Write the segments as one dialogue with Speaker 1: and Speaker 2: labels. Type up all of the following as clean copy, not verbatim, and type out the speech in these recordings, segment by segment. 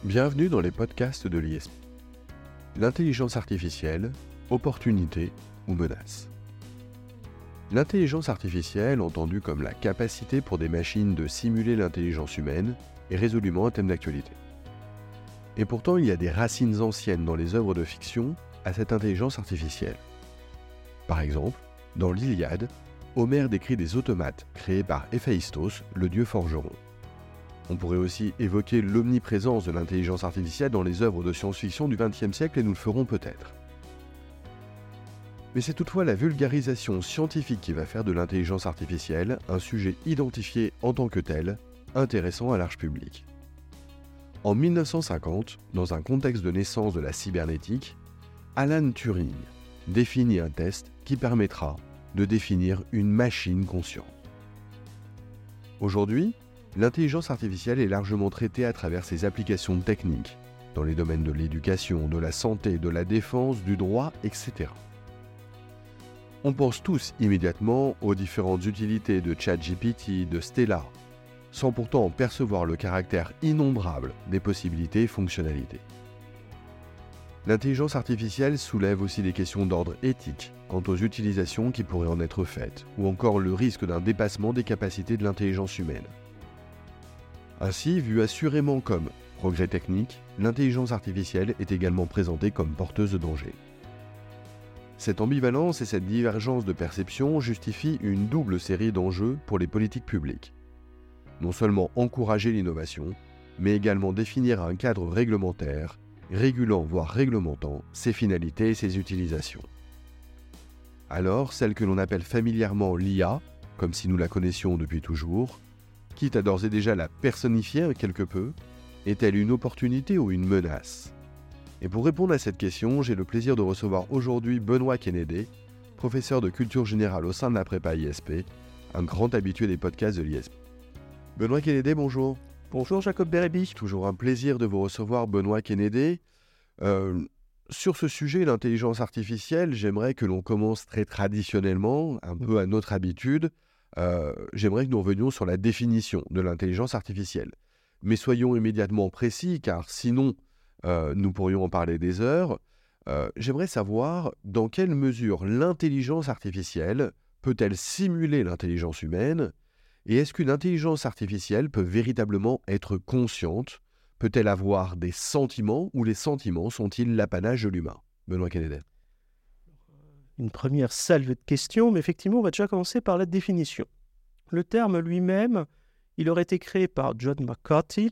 Speaker 1: Bienvenue dans les podcasts de l'ISP. L'intelligence artificielle, opportunité ou menace. L'intelligence artificielle, entendue comme la capacité pour des machines de simuler l'intelligence humaine, est résolument un thème d'actualité. Et pourtant, il y a des racines anciennes dans les œuvres de fiction à cette intelligence artificielle. Par exemple, dans l'Iliade, Homère décrit des automates créés par Héphaïstos, le dieu forgeron. On pourrait aussi évoquer l'omniprésence de l'intelligence artificielle dans les œuvres de science-fiction du XXe siècle et nous le ferons peut-être. Mais c'est toutefois la vulgarisation scientifique qui va faire de l'intelligence artificielle un sujet identifié en tant que tel, intéressant à l'arche public. En 1950, dans un contexte de naissance de la cybernétique, Alan Turing définit un test qui permettra de définir une machine consciente. Aujourd'hui, l'intelligence artificielle est largement traitée à travers ses applications techniques, dans les domaines de l'éducation, de la santé, de la défense, du droit, etc. On pense tous immédiatement aux différentes utilités de ChatGPT, de Stella, sans pourtant en percevoir le caractère innombrable des possibilités et fonctionnalités. L'intelligence artificielle soulève aussi des questions d'ordre éthique quant aux utilisations qui pourraient en être faites, ou encore le risque d'un dépassement des capacités de l'intelligence humaine. Ainsi, vue assurément comme progrès technique, l'intelligence artificielle est également présentée comme porteuse de danger. Cette ambivalence et cette divergence de perception justifient une double série d'enjeux pour les politiques publiques. Non seulement encourager l'innovation, mais également définir un cadre réglementaire, régulant voire réglementant ses finalités et ses utilisations. Alors, celle que l'on appelle familièrement l'IA, comme si nous la connaissions depuis toujours, quitte à d'ores et déjà la personnifier quelque peu, est-elle une opportunité ou une menace ? Et pour répondre à cette question, j'ai le plaisir de recevoir aujourd'hui Benoît Kennedy, professeur de culture générale au sein de la prépa ISP, un grand habitué des podcasts de l'ISP. Benoît Kennedy, bonjour.
Speaker 2: Bonjour Jacob Bérébi.
Speaker 1: Toujours un plaisir de vous recevoir, Benoît Kennedy. Sur ce sujet, l'intelligence artificielle, j'aimerais que l'on commence très traditionnellement, un peu à notre habitude. J'aimerais que nous revenions sur la définition de l'intelligence artificielle. Mais soyons immédiatement précis, car sinon, nous pourrions en parler des heures. J'aimerais savoir dans quelle mesure l'intelligence artificielle peut-elle simuler l'intelligence humaine, et est-ce qu'une intelligence artificielle peut véritablement être consciente ? Peut-elle avoir des sentiments, ou les sentiments sont-ils l'apanage de l'humain ? Benoît Kennedy.
Speaker 2: Une première salve de questions, mais effectivement, on va déjà commencer par la définition. Le terme lui-même, il aurait été créé par John McCarthy,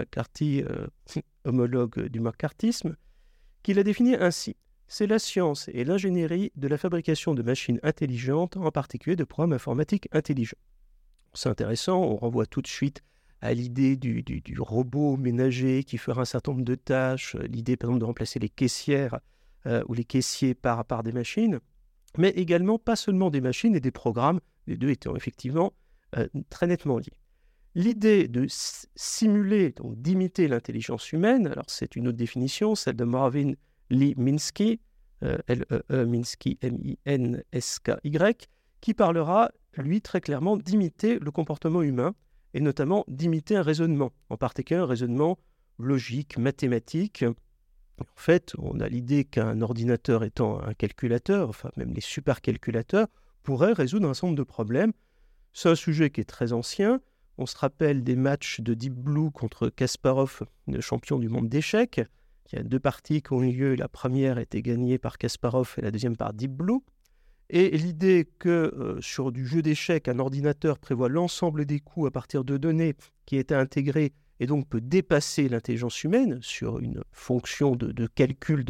Speaker 2: homologue du macartisme, qui l'a défini ainsi. C'est la science et l'ingénierie de la fabrication de machines intelligentes, en particulier de programmes informatiques intelligents. C'est intéressant, on renvoie tout de suite à l'idée du robot ménager qui fera un certain nombre de tâches, l'idée par exemple de remplacer les caissières ou les caissiers par des machines, mais également pas seulement des machines et des programmes, les deux étant effectivement très nettement liés. L'idée de simuler, donc d'imiter l'intelligence humaine, alors c'est une autre définition, celle de Marvin Lee Minsky, L-E-E Minsky, M-I-N-S-K-Y, qui parlera, lui, très clairement d'imiter le comportement humain, et notamment d'imiter un raisonnement, en particulier un raisonnement logique, mathématique. En fait, on a l'idée qu'un ordinateur étant un calculateur, enfin même les supercalculateurs, pourrait résoudre un certain nombre de problèmes. C'est un sujet qui est très ancien. On se rappelle des matchs de Deep Blue contre Kasparov, le champion du monde d'échecs. Il y a deux parties qui ont eu lieu. La première a été gagnée par Kasparov et la deuxième par Deep Blue. Et l'idée que sur du jeu d'échecs, un ordinateur prévoit l'ensemble des coups à partir de données qui étaient intégrées et donc peut dépasser l'intelligence humaine sur une fonction de calcul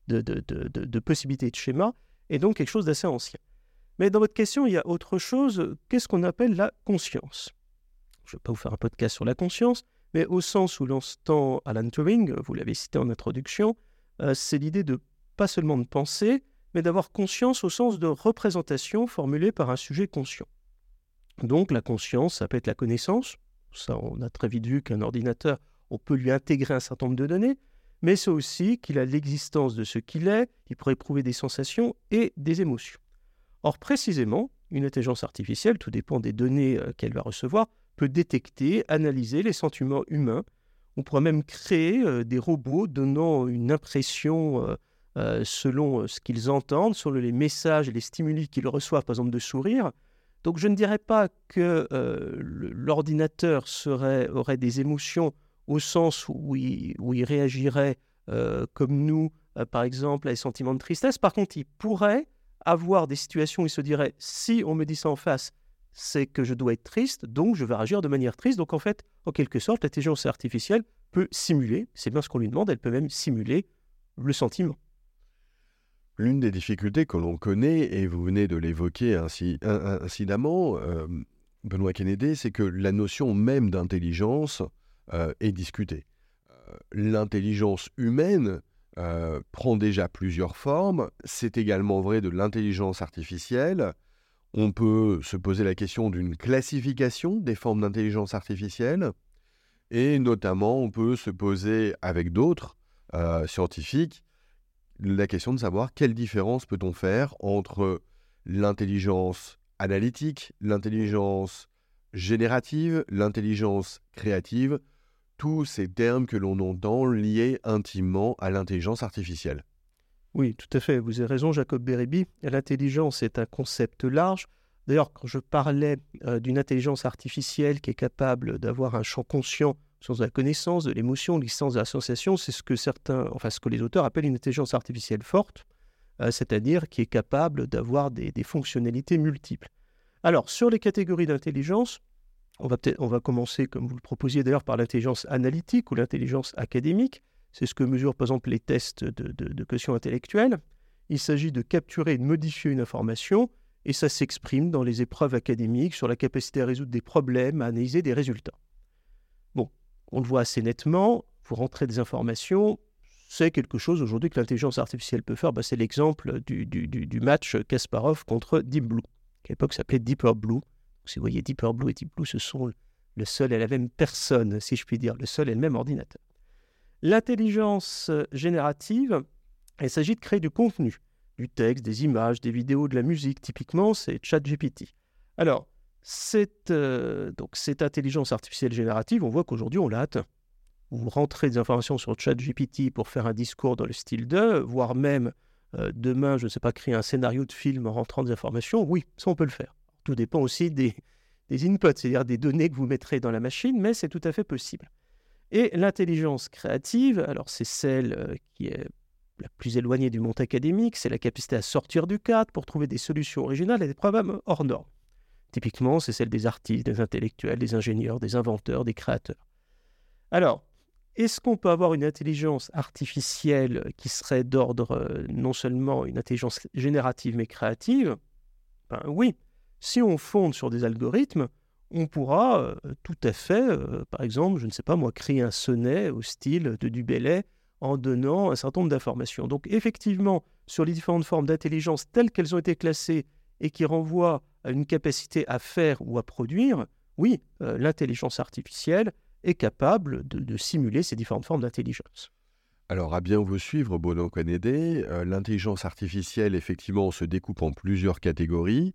Speaker 2: de possibilités de schéma, est donc quelque chose d'assez ancien. Mais dans votre question, il y a autre chose. Qu'est-ce qu'on appelle la conscience ? Je ne vais pas vous faire un podcast sur la conscience, mais au sens où l'entend Alan Turing, vous l'avez cité en introduction, c'est l'idée de pas seulement de penser, mais d'avoir conscience au sens de représentation formulée par un sujet conscient. Donc la conscience, ça peut être la connaissance. Ça, on a très vite vu qu'un ordinateur, on peut lui intégrer un certain nombre de données, mais c'est aussi qu'il a l'existence de ce qu'il est, il pourrait éprouver des sensations et des émotions. Or, précisément, une intelligence artificielle, tout dépend des données qu'elle va recevoir, peut détecter, analyser les sentiments humains On pourrait même créer des robots donnant une impression selon ce qu'ils entendent, selon les messages et les stimuli qu'ils reçoivent, par exemple de sourire. Donc je ne dirais pas que l'ordinateur aurait des émotions au sens où il réagirait comme nous, par exemple, à des sentiments de tristesse. Par contre, il pourrait avoir des situations où il se dirait, si on me dit ça en face, c'est que je dois être triste, donc je vais réagir de manière triste. Donc en fait, en quelque sorte, l'intelligence artificielle peut simuler, c'est bien ce qu'on lui demande, elle peut même simuler le sentiment.
Speaker 1: L'une des difficultés que l'on connaît, et vous venez de l'évoquer incidemment, Benoît Kennedy, c'est que la notion même d'intelligence est discutée. L'intelligence humaine prend déjà plusieurs formes. C'est également vrai de l'intelligence artificielle. On peut se poser la question d'une classification des formes d'intelligence artificielle. Et notamment, on peut se poser avec d'autres scientifiques la question de savoir quelle différence peut-on faire entre l'intelligence analytique, l'intelligence générative, l'intelligence créative, tous ces termes que l'on entend liés intimement à l'intelligence artificielle.
Speaker 2: Oui, tout à fait, vous avez raison, Jacob Beribi. L'intelligence est un concept large. D'ailleurs, quand je parlais d'une intelligence artificielle qui est capable d'avoir un champ conscient au sens de la connaissance, de l'émotion, de l'existence de la sensation, c'est ce que les auteurs appellent une intelligence artificielle forte, c'est-à-dire qui est capable d'avoir des fonctionnalités multiples. Alors, sur les catégories d'intelligence, on va commencer, comme vous le proposiez d'ailleurs, par l'intelligence analytique ou l'intelligence académique. C'est ce que mesurent par exemple les tests de quotient intellectuel. Il s'agit de capturer et de modifier une information, et ça s'exprime dans les épreuves académiques sur la capacité à résoudre des problèmes, à analyser des résultats. Bon, on le voit assez nettement, vous rentrez des informations, c'est quelque chose aujourd'hui que l'intelligence artificielle peut faire. C'est l'exemple du match Kasparov contre Deep Blue, qui à l'époque s'appelait Deeper Blue. Si vous voyez Deeper Blue et Deep Blue, ce sont le seul et la même personne, si je puis dire, le seul et le même ordinateur. L'intelligence générative, il s'agit de créer du contenu, du texte, des images, des vidéos, de la musique. Typiquement, c'est ChatGPT. Alors, cette intelligence artificielle générative, on voit qu'aujourd'hui, on l'a atteint. Vous rentrez des informations sur ChatGPT pour faire un discours dans le style de, voire même demain, je ne sais pas, créer un scénario de film en rentrant des informations. Oui, ça, on peut le faire. Tout dépend aussi des inputs, c'est-à-dire des données que vous mettrez dans la machine, mais c'est tout à fait possible. Et l'intelligence créative, alors c'est celle qui est la plus éloignée du monde académique, c'est la capacité à sortir du cadre pour trouver des solutions originales à des problèmes hors normes. Typiquement, c'est celle des artistes, des intellectuels, des ingénieurs, des inventeurs, des créateurs. Alors, est-ce qu'on peut avoir une intelligence artificielle qui serait d'ordre non seulement une intelligence générative mais créative ? Oui. Si on fonde sur des algorithmes, on pourra tout à fait, par exemple, je ne sais pas moi, créer un sonnet au style de Du Bellay en donnant un certain nombre d'informations. Donc effectivement, sur les différentes formes d'intelligence telles qu'elles ont été classées et qui renvoient à une capacité à faire ou à produire, oui, l'intelligence artificielle est capable de simuler ces différentes formes d'intelligence.
Speaker 1: Alors, à bien vous suivre, Benoît Kennedy, l'intelligence artificielle, effectivement, se découpe en plusieurs catégories.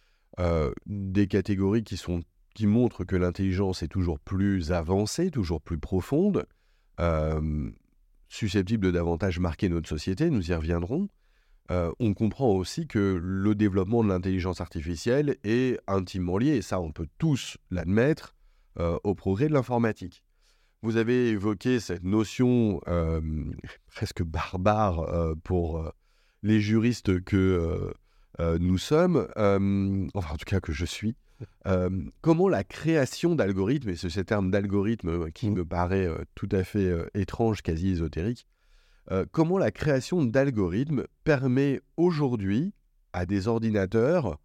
Speaker 1: Des catégories qui montrent que l'intelligence est toujours plus avancée, toujours plus profonde, susceptible de davantage marquer notre société, nous y reviendrons. On comprend aussi que le développement de l'intelligence artificielle est intimement lié, et ça on peut tous l'admettre, au progrès de l'informatique. Vous avez évoqué cette notion presque barbare pour les juristes que nous sommes, enfin en tout cas que je suis. Comment la création d'algorithmes, et c'est ce terme d'algorithme qui me paraît tout à fait étrange, quasi ésotérique, comment la création d'algorithmes permet aujourd'hui à des ordinateurs,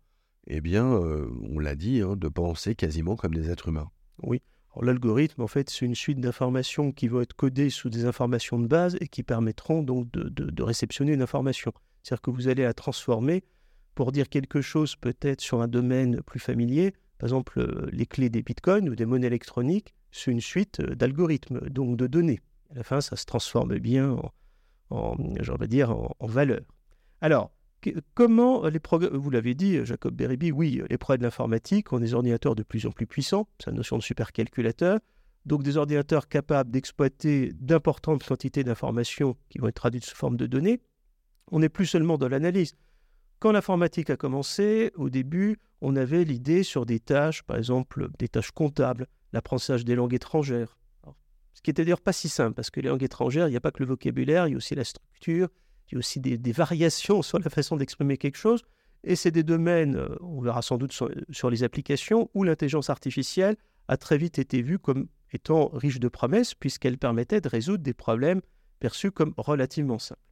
Speaker 1: on l'a dit, de penser quasiment comme des êtres humains.
Speaker 2: Oui. Alors, l'algorithme, en fait, c'est une suite d'informations qui vont être codées sous des informations de base et qui permettront donc de réceptionner une information. C'est-à-dire que vous allez la transformer pour dire quelque chose peut-être sur un domaine plus familier. Par exemple, les clés des bitcoins ou des monnaies électroniques, c'est une suite d'algorithmes, donc de données. À la fin, ça se transforme bien en valeur. Alors, comment vous l'avez dit, Jacob Beribi, oui, les progrès de l'informatique ont des ordinateurs de plus en plus puissants, c'est la notion de supercalculateur. donc des ordinateurs capables d'exploiter d'importantes quantités d'informations qui vont être traduites sous forme de données. On n'est plus seulement dans l'analyse. Quand l'informatique a commencé, au début, on avait l'idée sur des tâches, par exemple des tâches comptables, l'apprentissage des langues étrangères. Alors, ce qui était d'ailleurs pas si simple, parce que les langues étrangères, il n'y a pas que le vocabulaire, il y a aussi la structure, il y a aussi des variations sur la façon d'exprimer quelque chose. Et c'est des domaines, on verra sans doute sur les applications, où l'intelligence artificielle a très vite été vue comme étant riche de promesses, puisqu'elle permettait de résoudre des problèmes perçus comme relativement simples.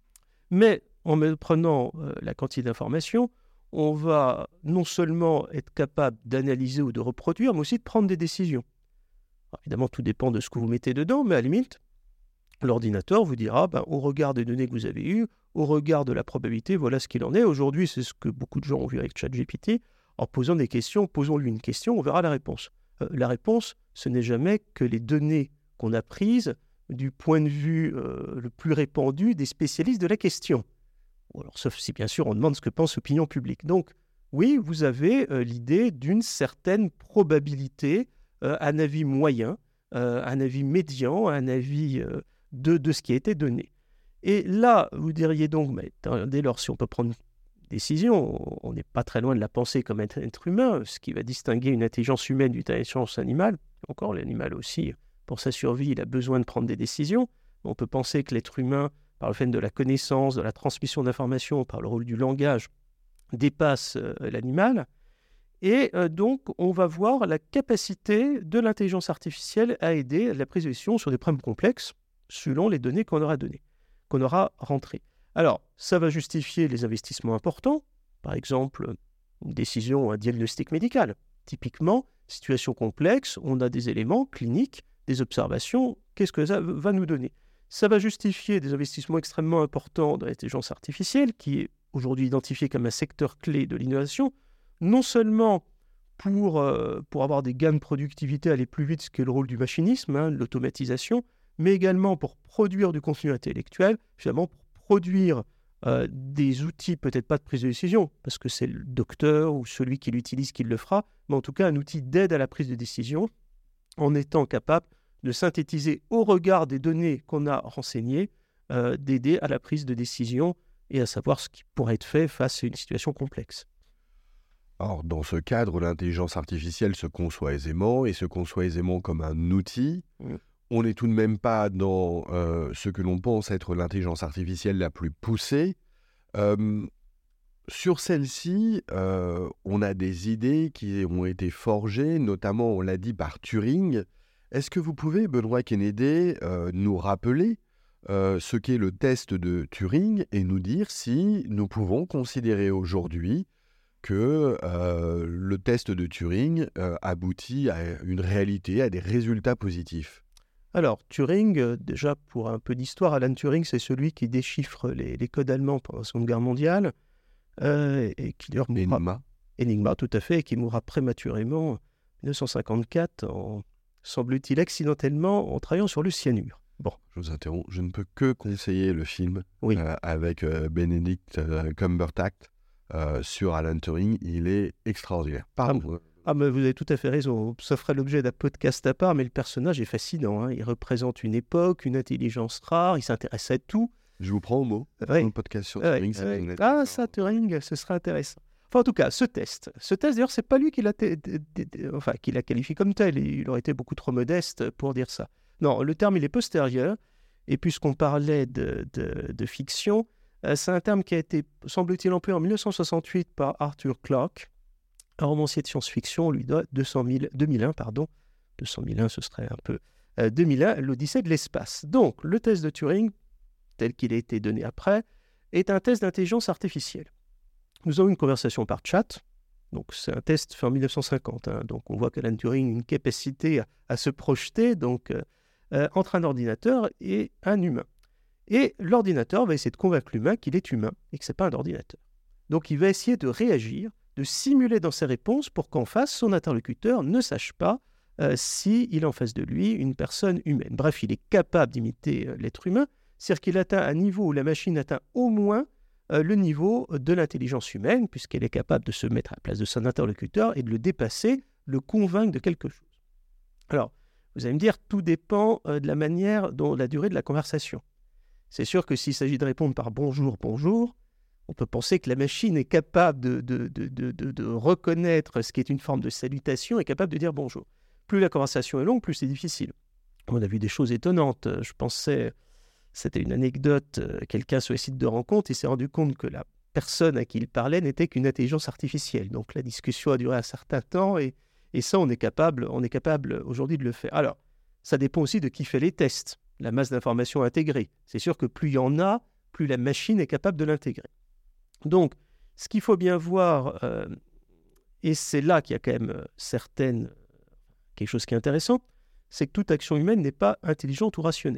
Speaker 2: Mais en prenant la quantité d'informations, on va non seulement être capable d'analyser ou de reproduire, mais aussi de prendre des décisions. Alors, évidemment, tout dépend de ce que vous mettez dedans, mais à la limite, l'ordinateur vous dira, au regard des données que vous avez eues, au regard de la probabilité, voilà ce qu'il en est. Aujourd'hui, c'est ce que beaucoup de gens ont vu avec ChatGPT. En posant des questions, posons-lui une question, on verra la réponse. La réponse, ce n'est jamais que les données qu'on a prises du point de vue le plus répandu des spécialistes de la question. Alors, sauf si, bien sûr, on demande ce que pense l'opinion publique. Donc, oui, vous avez l'idée d'une certaine probabilité, un avis moyen, un avis médian, un avis de ce qui a été donné. Et là, vous diriez donc, mais dès lors, si on peut prendre une décision, on n'est pas très loin de la pensée comme un être humain, ce qui va distinguer une intelligence humaine d'une intelligence animale. Encore, l'animal aussi, pour sa survie, il a besoin de prendre des décisions. On peut penser que l'être humain, par le fait de la connaissance, de la transmission d'informations, par le rôle du langage, dépasse l'animal. Et donc, on va voir la capacité de l'intelligence artificielle à aider à la prise de décision sur des problèmes complexes, selon les données qu'on aura données, qu'on aura rentrées. Alors, ça va justifier les investissements importants, par exemple, une décision, un diagnostic médical. Typiquement, situation complexe, on a des éléments cliniques, des observations, qu'est-ce que ça va nous donner ? Ça va justifier des investissements extrêmement importants dans l'intelligence artificielle, qui est aujourd'hui identifiée comme un secteur clé de l'innovation, non seulement pour avoir des gains de productivité, aller plus vite, ce qui est le rôle du machinisme, l'automatisation, mais également pour produire du contenu intellectuel, finalement pour produire des outils, peut-être pas de prise de décision, parce que c'est le docteur ou celui qui l'utilise qui le fera, mais en tout cas un outil d'aide à la prise de décision, en étant capable de synthétiser au regard des données qu'on a renseignées, d'aider à la prise de décision et à savoir ce qui pourrait être fait face à une situation complexe.
Speaker 1: Alors, dans ce cadre, l'intelligence artificielle se conçoit aisément et se conçoit aisément comme un outil. On n'est tout de même pas dans ce que l'on pense être l'intelligence artificielle la plus poussée. Sur celle-ci, on a des idées qui ont été forgées, notamment, on l'a dit, par Turing. Est-ce que vous pouvez, Benoît Kennedy, nous rappeler ce qu'est le test de Turing et nous dire si nous pouvons considérer aujourd'hui que le test de Turing aboutit à une réalité, à des résultats positifs?
Speaker 2: Alors, Turing, déjà pour un peu d'histoire, Alan Turing, c'est celui qui déchiffre les codes allemands pendant la Seconde Guerre mondiale, et qui d'ailleurs mourra... Enigma, tout à fait, et qui mourra prématurément en 1954, semble-t-il accidentellement, en travaillant sur le cyanure. Bon.
Speaker 1: Je vous interromps, je ne peux que conseiller le film avec Benedict Cumberbatch sur Alan Turing, il est extraordinaire. Pardon.
Speaker 2: Mais vous avez tout à fait raison, ça ferait l'objet d'un podcast à part, mais le personnage est fascinant, il représente une époque, une intelligence rare, il s'intéresse à tout.
Speaker 1: Je vous prends au mot, le podcast sur Turing.
Speaker 2: Ça, Turing, ce serait intéressant. Enfin, en tout cas, ce test d'ailleurs, c'est pas lui qui l'a qualifié comme tel, il aurait été beaucoup trop modeste pour dire ça. Non, le terme, il est postérieur, et puisqu'on parlait de fiction, c'est un terme qui a été, semble-t-il, employé en 1968 par Arthur Clarke, un romancier de science-fiction, lui doit 2001, 200 001, ce serait un peu 2001, l'Odyssée de l'espace. Donc, le test de Turing, tel qu'il a été donné après, est un test d'intelligence artificielle. Nous avons une conversation par chat, donc c'est un test fait en 1950, donc on voit qu'Alan Turing a une capacité à se projeter entre un ordinateur et un humain. Et l'ordinateur va essayer de convaincre l'humain qu'il est humain et que ce n'est pas un ordinateur. Donc il va essayer de réagir, de simuler dans ses réponses pour qu'en face, son interlocuteur ne sache pas s'il a en face de lui une personne humaine. Bref, il est capable d'imiter l'être humain, c'est-à-dire qu'il atteint un niveau où la machine atteint au moins le niveau de l'intelligence humaine, puisqu'elle est capable de se mettre à la place de son interlocuteur et de le dépasser, le convaincre de quelque chose. Alors, Vous allez me dire, tout dépend de la manière dont la durée de la conversation. C'est sûr que s'il s'agit de répondre par bonjour, bonjour, on peut penser que la machine est capable de reconnaître ce qui est une forme de salutation et capable de dire bonjour. Plus la conversation est longue, plus c'est difficile. On a vu des choses étonnantes. Je pensais, c'était une anecdote, quelqu'un sur les sites de rencontres, il s'est rendu compte que la personne à qui il parlait n'était qu'une intelligence artificielle. Donc la discussion a duré un certain temps et ça, on est capable aujourd'hui de le faire. Alors, ça dépend aussi de qui fait les tests, la masse d'informations intégrée. C'est sûr que plus il y en a, plus la machine est capable de l'intégrer. Donc, ce qu'il faut bien voir, et c'est là qu'il y a quand même quelque chose qui est intéressant, c'est que toute action humaine n'est pas intelligente ou rationnelle.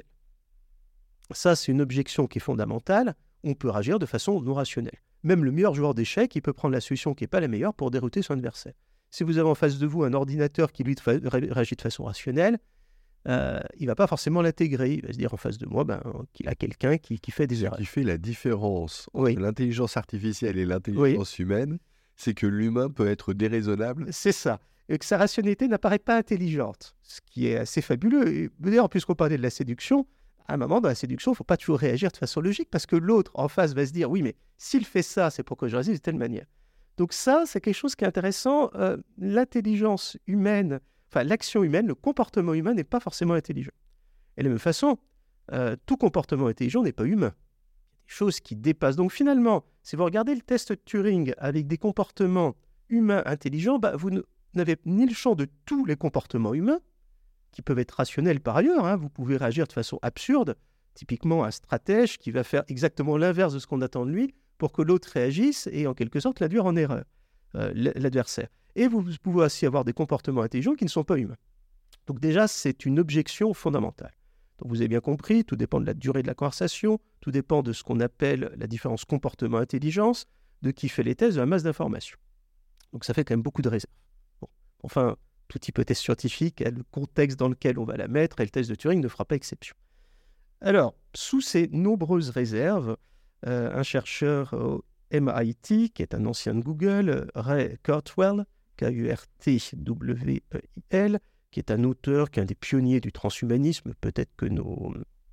Speaker 2: Ça, c'est une objection qui est fondamentale. On peut réagir de façon non rationnelle. Même le meilleur joueur d'échecs, il peut prendre la solution qui n'est pas la meilleure pour dérouter son adversaire. Si vous avez en face de vous un ordinateur qui, lui, réagit de façon rationnelle, il ne va pas forcément l'intégrer. Il va se dire en face de moi qu'il a quelqu'un qui fait des erreurs.
Speaker 1: Ce qui fait la différence entre l'intelligence artificielle et l'intelligence humaine, c'est que l'humain peut être déraisonnable.
Speaker 2: C'est ça. Et que sa rationalité n'apparaît pas intelligente, ce qui est assez fabuleux. Et d'ailleurs, puisqu'on parlait de la séduction, à un moment, dans la séduction, il ne faut pas toujours réagir de façon logique parce que l'autre en face va se dire « Oui, mais s'il fait ça, c'est pour que je réagisse de telle manière. » Donc ça, c'est quelque chose qui est intéressant. L'intelligence humaine, l'action humaine, le comportement humain n'est pas forcément intelligent. Et de la même façon, tout comportement intelligent n'est pas humain. Il y a des choses qui dépassent. Donc finalement, si vous regardez le test de Turing avec des comportements humains intelligents, vous n'avez ni le champ de tous les comportements humains, qui peuvent être rationnels par ailleurs. Vous pouvez réagir de façon absurde, typiquement un stratège qui va faire exactement l'inverse de ce qu'on attend de lui pour que l'autre réagisse et en quelque sorte l'induire en erreur, l'adversaire. Et vous pouvez aussi avoir des comportements intelligents qui ne sont pas humains. Donc déjà, c'est une objection fondamentale. Donc vous avez bien compris, tout dépend de la durée de la conversation, tout dépend de ce qu'on appelle la différence comportement-intelligence, de qui fait les tests, de la masse d'informations. Donc ça fait quand même beaucoup de réserves. Bon. Enfin, toute hypothèse scientifique a le contexte dans lequel on va la mettre et le test de Turing ne fera pas exception. Alors, sous ces nombreuses réserves, un chercheur au MIT, qui est un ancien de Google, Ray Kurzweil, Kurzweil, qui est un auteur, qui est un des pionniers du transhumanisme, peut-être que nos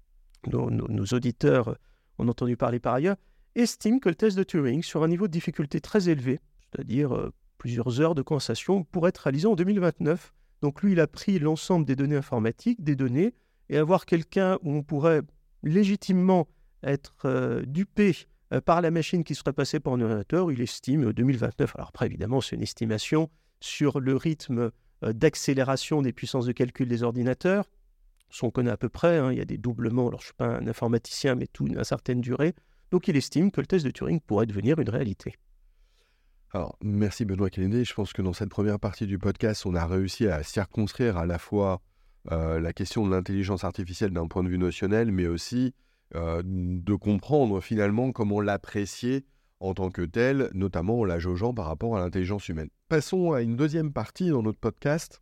Speaker 2: auditeurs ont entendu parler par ailleurs, estime que le test de Turing, sur un niveau de difficulté très élevé, c'est-à-dire plusieurs heures de conversation, pourrait être réalisé en 2029. Donc lui, il a pris l'ensemble des données informatiques, des données, et avoir quelqu'un où on pourrait légitimement être dupé par la machine qui serait passée par un ordinateur, il estime 2029. Alors après, évidemment, c'est une estimation sur le rythme d'accélération des puissances de calcul des ordinateurs. On connaît à peu près, il y a des doublements, alors je ne suis pas un informaticien, mais tout à certaine durée. Donc il estime que le test de Turing pourrait devenir une réalité.
Speaker 1: Alors, merci Benoît Kennedy. Je pense que dans cette première partie du podcast, on a réussi à circonscrire à la fois la question de l'intelligence artificielle d'un point de vue notionnel, mais aussi de comprendre finalement comment l'apprécier en tant que tel, notamment en la jaugeant par rapport à l'intelligence humaine. Passons à une deuxième partie dans notre podcast.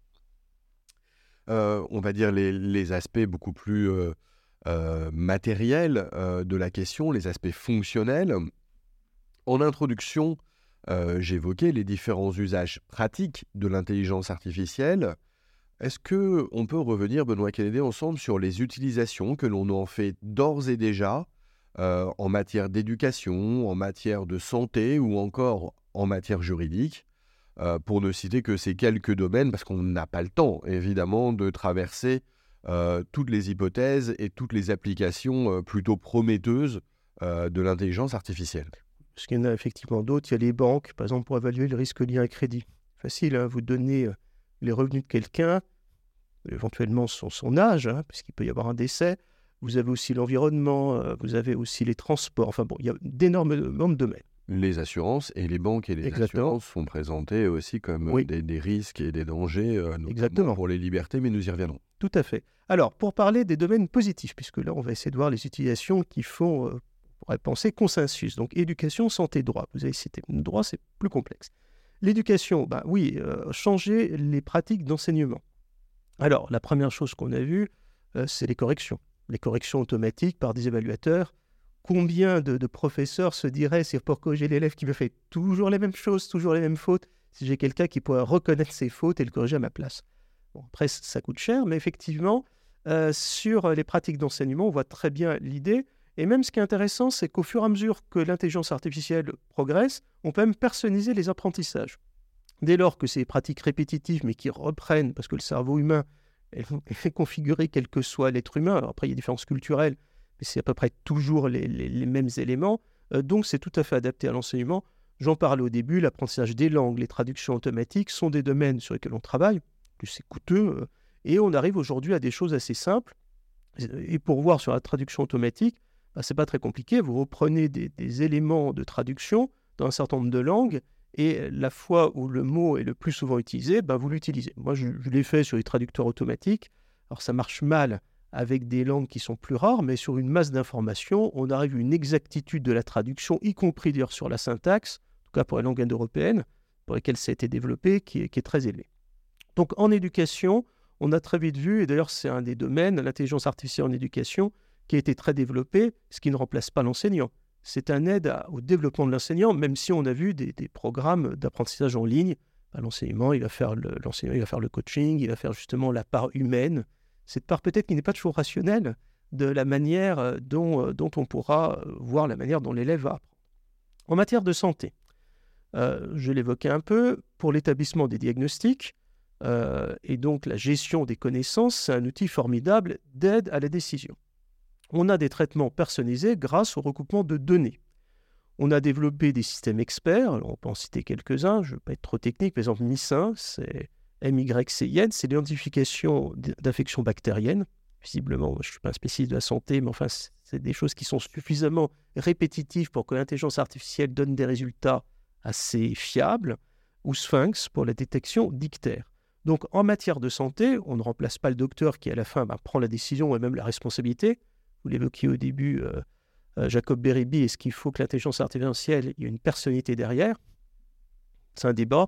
Speaker 1: On va dire les aspects beaucoup plus matériels de la question, les aspects fonctionnels. En introduction, j'évoquais les différents usages pratiques de l'intelligence artificielle. Est-ce qu'on peut revenir, Benoît Kennedy, ensemble sur les utilisations que l'on en fait d'ores et déjà en matière d'éducation, en matière de santé ou encore en matière juridique, pour ne citer que ces quelques domaines, parce qu'on n'a pas le temps, évidemment, de traverser toutes les hypothèses et toutes les applications plutôt prometteuses de l'intelligence artificielle.
Speaker 2: Parce qu'il y en a effectivement d'autres. Il y a les banques, par exemple, pour évaluer le risque lié à un crédit. Facile, vous donnez les revenus de quelqu'un, éventuellement son âge, puisqu'il peut y avoir un décès. Vous avez aussi l'environnement, vous avez aussi les transports. Enfin bon, il y a d'énormes domaines.
Speaker 1: Les assurances et les banques et les assurances sont présentées aussi comme des risques et des dangers, notamment pour les libertés, mais nous y reviendrons.
Speaker 2: Tout à fait. Alors, pour parler des domaines positifs, puisque là, on va essayer de voir les utilisations qui font, on pourrait penser, consensus. Donc, éducation, santé, droit. Vous avez cité. Le droit, c'est plus complexe. L'éducation, changer les pratiques d'enseignement. Alors, la première chose qu'on a vue, c'est les corrections. Les corrections automatiques par des évaluateurs. Combien de professeurs se diraient, c'est pour corriger l'élève qui me fait toujours les mêmes choses, toujours les mêmes fautes, si j'ai quelqu'un qui pourrait reconnaître ses fautes et le corriger à ma place. Bon, après, ça coûte cher, mais effectivement, sur les pratiques d'enseignement, on voit très bien l'idée. Et même ce qui est intéressant, c'est qu'au fur et à mesure que l'intelligence artificielle progresse, on peut même personnaliser les apprentissages. Dès lors que ces pratiques répétitives, mais qui reprennent, parce que le cerveau humain est configuré quel que soit l'être humain, alors après il y a des différences culturelles, mais c'est à peu près toujours les mêmes éléments, donc c'est tout à fait adapté à l'enseignement. J'en parlais au début, l'apprentissage des langues, les traductions automatiques sont des domaines sur lesquels on travaille, c'est coûteux, et on arrive aujourd'hui à des choses assez simples. Et pour voir sur la traduction automatique, c'est pas très compliqué, vous reprenez des éléments de traduction dans un certain nombre de langues, et la fois où le mot est le plus souvent utilisé, vous l'utilisez. Moi, je l'ai fait sur les traducteurs automatiques. Alors, ça marche mal avec des langues qui sont plus rares, mais sur une masse d'informations, on arrive à une exactitude de la traduction, y compris d'ailleurs sur la syntaxe, en tout cas pour les langues indo-européennes, pour lesquelles ça a été développé, qui est très élevé. Donc, en éducation, on a très vite vu, et d'ailleurs c'est un des domaines, l'intelligence artificielle en éducation, qui a été très développé, ce qui ne remplace pas l'enseignant. C'est un aide au développement de l'enseignant, même si on a vu des programmes d'apprentissage en ligne. L'enseignant, il va faire le coaching, il va faire justement la part humaine, cette part peut-être qui n'est pas toujours rationnelle de la manière dont on pourra voir la manière dont l'élève va apprendre. En matière de santé, je l'évoquais un peu, pour l'établissement des diagnostics, et donc la gestion des connaissances, c'est un outil formidable d'aide à la décision. On a des traitements personnalisés grâce au recoupement de données. On a développé des systèmes experts, alors on peut en citer quelques-uns, je ne veux pas être trop technique, par exemple MyCin, c'est MYCIN, c'est l'identification d'infections bactériennes. Visiblement, je ne suis pas un spécialiste de la santé, mais enfin, c'est des choses qui sont suffisamment répétitives pour que l'intelligence artificielle donne des résultats assez fiables, ou Sphinx pour la détection d'ictères. Donc, en matière de santé, on ne remplace pas le docteur qui, à la fin, prend la décision et même la responsabilité. Vous l'évoquiez au début, Jacob Beribi, est-ce qu'il faut que l'intelligence artificielle, il y ait une personnalité derrière? C'est un débat.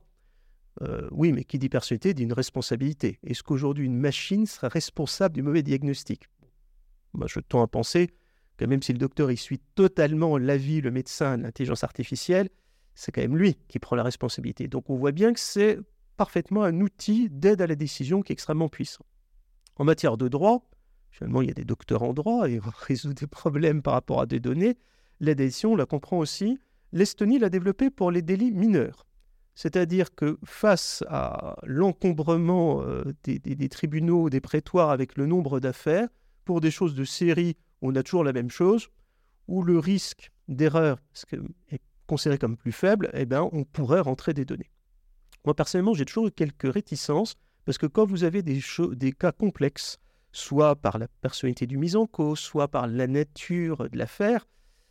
Speaker 2: Oui, mais qui dit personnalité dit une responsabilité. Est-ce qu'aujourd'hui, une machine sera responsable du mauvais diagnostic? Moi, je tends à penser que même si le docteur il suit totalement l'avis, le médecin, l'intelligence artificielle, c'est quand même lui qui prend la responsabilité. Donc, on voit bien que c'est parfaitement un outil d'aide à la décision qui est extrêmement puissant. En matière de droit, finalement, il y a des docteurs en droit et on résout des problèmes par rapport à des données. L'aide à la décision, on la comprend aussi. L'Estonie l'a développé pour les délits mineurs. C'est-à-dire que face à l'encombrement des tribunaux, des prétoires avec le nombre d'affaires, pour des choses de série, on a toujours la même chose, où le risque d'erreur est considéré comme plus faible, on pourrait rentrer des données. Moi, personnellement, j'ai toujours eu quelques réticences, parce que quand vous avez des cas complexes, soit par la personnalité du mis en cause, soit par la nature de l'affaire,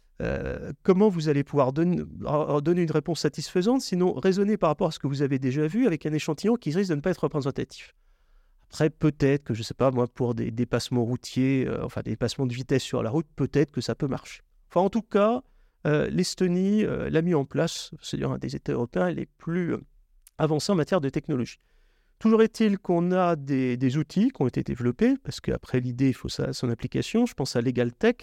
Speaker 2: comment vous allez pouvoir donner une réponse satisfaisante, sinon raisonner par rapport à ce que vous avez déjà vu avec un échantillon qui risque de ne pas être représentatif. Après, peut-être que, je ne sais pas, moi, pour des dépassements routiers, des dépassements de vitesse sur la route, peut-être que ça peut marcher. Enfin, en tout cas, l'Estonie l'a mis en place, c'est-à-dire un des États européens les plus avancés en matière de technologie. Toujours est-il qu'on a des outils qui ont été développés, parce qu'après l'idée, il faut son application. Je pense à Legal Tech,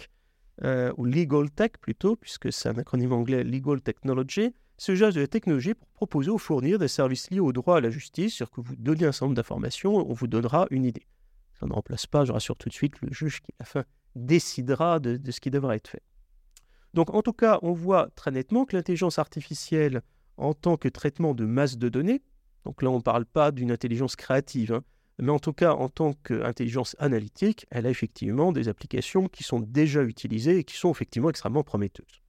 Speaker 2: ou Legal Tech plutôt, puisque c'est un acronyme anglais, Legal Technology. C'est l'usage de la technologie pour proposer ou fournir des services liés au droit à la justice, c'est-à-dire que vous donnez un certain nombre d'informations, on vous donnera une idée. Ça ne remplace pas, je rassure tout de suite, le juge qui, à la fin, décidera de ce qui devra être fait. Donc, en tout cas, on voit très nettement que l'intelligence artificielle, en tant que traitement de masse de données, donc là, on ne parle pas d'une intelligence créative, mais en tout cas, en tant qu'intelligence analytique, elle a effectivement des applications qui sont déjà utilisées et qui sont effectivement extrêmement prometteuses.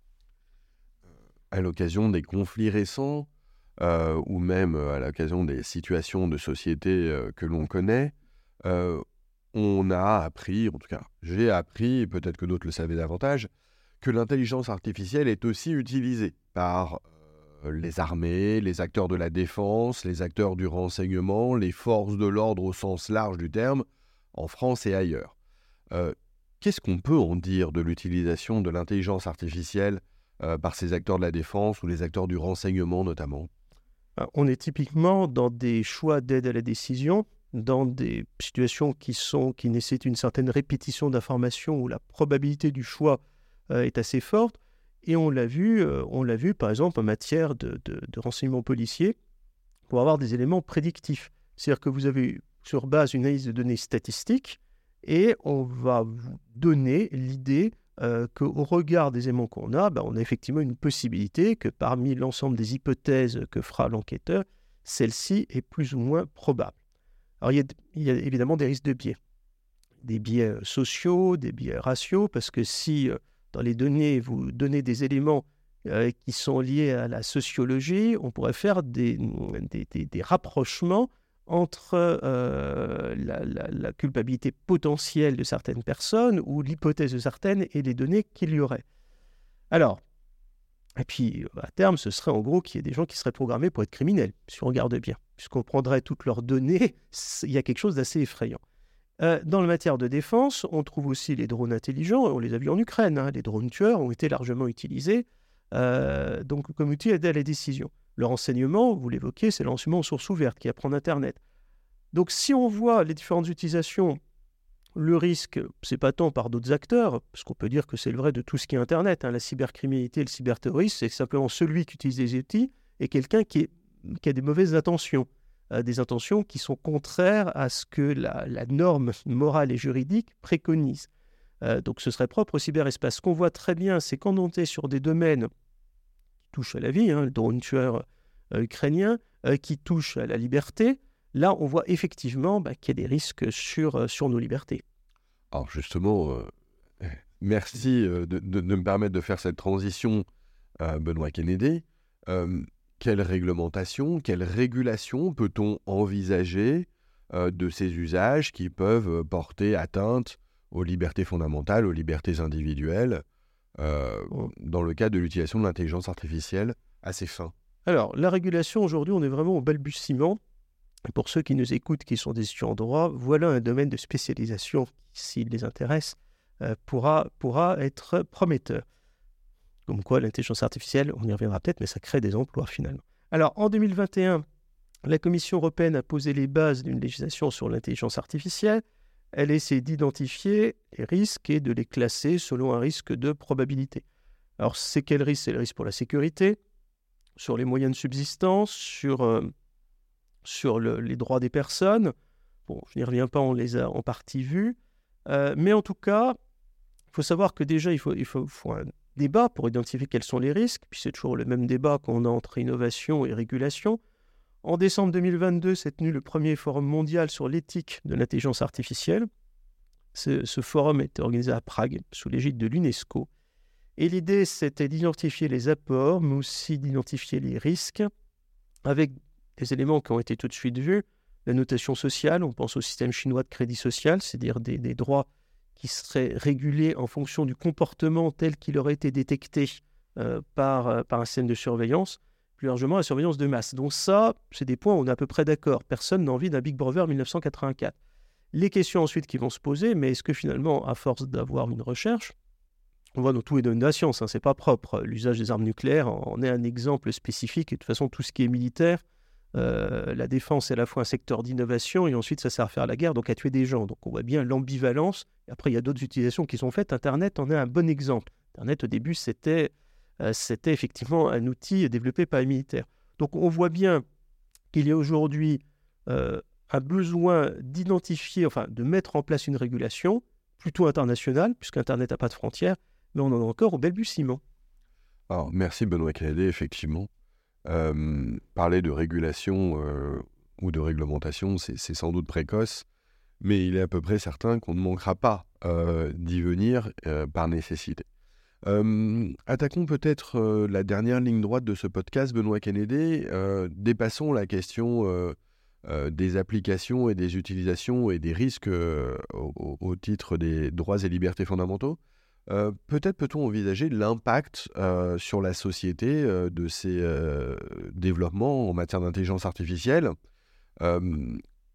Speaker 1: À l'occasion des conflits récents, ou même à l'occasion des situations de société que l'on connaît, on a appris, en tout cas j'ai appris, peut-être que d'autres le savaient davantage, que l'intelligence artificielle est aussi utilisée par les armées, les acteurs de la défense, les acteurs du renseignement, les forces de l'ordre au sens large du terme, en France et ailleurs. Qu'est-ce qu'on peut en dire de l'utilisation de l'intelligence artificielle par ces acteurs de la défense ou les acteurs du renseignement notamment?
Speaker 2: On est typiquement dans des choix d'aide à la décision, dans des situations qui nécessitent une certaine répétition d'informations où la probabilité du choix est assez forte. Et on l'a vu par exemple en matière de renseignement policier pour avoir des éléments prédictifs. C'est-à-dire que vous avez sur base d'une analyse de données statistiques et on va vous donner l'idée qu'au regard des éléments qu'on a, on a effectivement une possibilité que parmi l'ensemble des hypothèses que fera l'enquêteur, celle-ci est plus ou moins probable. Alors il y a évidemment des risques de biais. Des biais sociaux, des biais raciaux, parce que si dans les données, vous donnez des éléments qui sont liés à la sociologie, on pourrait faire des rapprochements entre la culpabilité potentielle de certaines personnes ou l'hypothèse de certaines et les données qu'il y aurait. Alors, et puis à terme, ce serait en gros qu'il y ait des gens qui seraient programmés pour être criminels, si on regarde bien. Puisqu'on prendrait toutes leurs données, il y a quelque chose d'assez effrayant. Dans la matière de défense, on trouve aussi les drones intelligents. On les a vus en Ukraine. Les drones tueurs ont été largement utilisés donc comme outil d'aide à la décision. Le renseignement, vous l'évoquez, c'est le renseignement aux sources ouvertes qui apprend Internet. Donc si on voit les différentes utilisations, le risque, c'est pas tant par d'autres acteurs, parce qu'on peut dire que c'est le vrai de tout ce qui est Internet. La cybercriminalité, le cyberterrorisme, c'est simplement celui qui utilise des outils et quelqu'un qui a des mauvaises intentions. Des intentions qui sont contraires à ce que la norme morale et juridique préconise. Donc ce serait propre au cyberespace. Ce qu'on voit très bien, c'est quand on est sur des domaines qui touchent à la vie, le drone tueur ukrainien, qui touchent à la liberté, là on voit effectivement qu'il y a des risques sur nos libertés.
Speaker 1: Alors justement, merci de me permettre de faire cette transition, Benoît Kennedy. Quelle réglementation, quelle régulation peut-on envisager de ces usages qui peuvent porter atteinte aux libertés fondamentales, aux libertés individuelles, dans le cadre de l'utilisation de l'intelligence artificielle à ces fins?
Speaker 2: Alors, la régulation, aujourd'hui, on est vraiment au balbutiement. Et pour ceux qui nous écoutent, qui sont des étudiants en droit, voilà un domaine de spécialisation qui, s'il les intéresse, pourra être prometteur. Comme quoi, l'intelligence artificielle, on y reviendra peut-être, mais ça crée des emplois finalement. Alors, en 2021, la Commission européenne a posé les bases d'une législation sur l'intelligence artificielle. Elle essaie d'identifier les risques et de les classer selon un risque de probabilité. Alors, c'est quel risque? C'est le risque pour la sécurité, sur les moyens de subsistance, sur les droits des personnes. Bon, je n'y reviens pas, on les a en partie vus. Mais en tout cas, il faut savoir que déjà, il faut un débat pour identifier quels sont les risques. Puis c'est toujours le même débat qu'on a entre innovation et régulation. En décembre 2022 s'est tenu le premier forum mondial sur l'éthique de l'intelligence artificielle. Ce forum était organisé à Prague, sous l'égide de l'UNESCO. Et l'idée, c'était d'identifier les apports, mais aussi d'identifier les risques, avec des éléments qui ont été tout de suite vus. La notation sociale, on pense au système chinois de crédit social, c'est-à-dire des droits qui seraient régulés en fonction du comportement tel qu'il aurait été détecté par un système de surveillance. Plus largement, la surveillance de masse. Donc ça, c'est des points où on est à peu près d'accord. Personne n'a envie d'un Big Brother 1984. Les questions ensuite qui vont se poser, mais est-ce que finalement, à force d'avoir une recherche, on voit dans tout et dans la science, c'est pas propre. L'usage des armes nucléaires en est un exemple spécifique. Et de toute façon, tout ce qui est militaire, la défense est à la fois un secteur d'innovation et ensuite ça sert à faire la guerre, donc à tuer des gens. Donc on voit bien l'ambivalence. Et après, il y a d'autres utilisations qui sont faites. Internet en est un bon exemple. Internet, au début, c'était effectivement un outil développé par les militaires. Donc on voit bien qu'il y a aujourd'hui un besoin d'identifier, de mettre en place une régulation plutôt internationale, puisqu'Internet n'a pas de frontières, mais on en est encore au balbutiement.
Speaker 1: Alors, merci Benoît Kennedy, effectivement. Parler de régulation ou de réglementation, c'est sans doute précoce, mais il est à peu près certain qu'on ne manquera pas d'y venir par nécessité. Attaquons peut-être la dernière ligne droite de ce podcast, Benoît Kennedy. Dépassons la question des applications et des utilisations et des risques au titre des droits et libertés fondamentaux. Peut-être peut-on envisager l'impact sur la société de ces développements en matière d'intelligence artificielle. On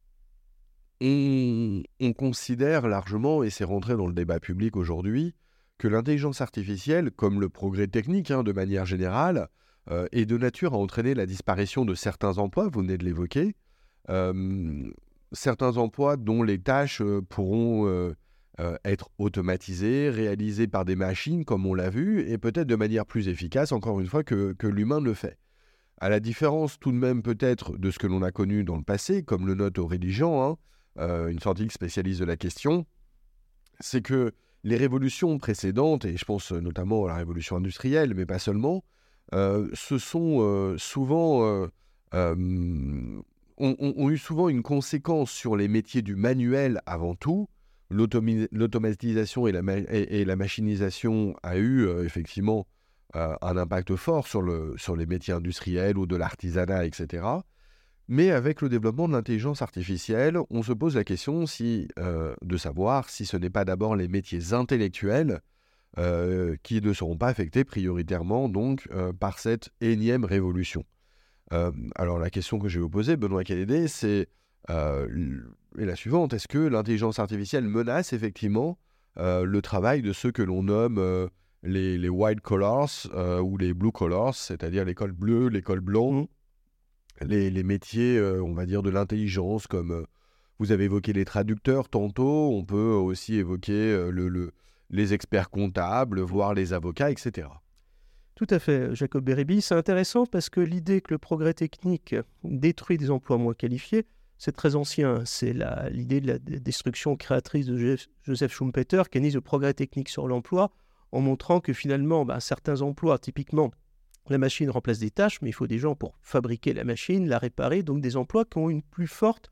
Speaker 1: considère largement, et c'est rentré dans le débat public aujourd'hui, que l'intelligence artificielle, comme le progrès technique de manière générale, est de nature à entraîner la disparition de certains emplois, vous venez de l'évoquer, certains emplois dont les tâches pourront être automatisées, réalisées par des machines, comme on l'a vu, et peut-être de manière plus efficace, encore une fois, que l'humain le fait. À la différence tout de même peut-être de ce que l'on a connu dans le passé, comme le note Aurélie Jean, une scientifique spécialiste de la question, c'est que les révolutions précédentes, et je pense notamment à la révolution industrielle, mais pas seulement, se sont souvent... ont eu souvent une conséquence sur les métiers du manuel avant tout. L'automatisation et la machinisation a eu effectivement un impact fort sur les métiers industriels ou de l'artisanat, etc. Mais avec le développement de l'intelligence artificielle, on se pose la question de savoir si ce n'est pas d'abord les métiers intellectuels qui ne seront pas affectés prioritairement donc, par cette énième révolution. Alors la question que je vais vous poser, Benoît Calédé, c'est la suivante. Est-ce que l'intelligence artificielle menace effectivement le travail de ceux que l'on nomme les white collars ou les blue collars, c'est-à-dire les cols bleus, les cols blancs, les métiers, on va dire, de l'intelligence, comme vous avez évoqué les traducteurs tantôt, on peut aussi évoquer les experts comptables, voire les avocats, etc.
Speaker 2: Tout à fait, Jacob Beribi. C'est intéressant parce que l'idée que le progrès technique détruit des emplois moins qualifiés, c'est très ancien. C'est l'idée de la destruction créatrice de Joseph Schumpeter qui analyse le progrès technique sur l'emploi en montrant que finalement, certains emplois, typiquement, la machine remplace des tâches, mais il faut des gens pour fabriquer la machine, la réparer, donc des emplois qui ont un plus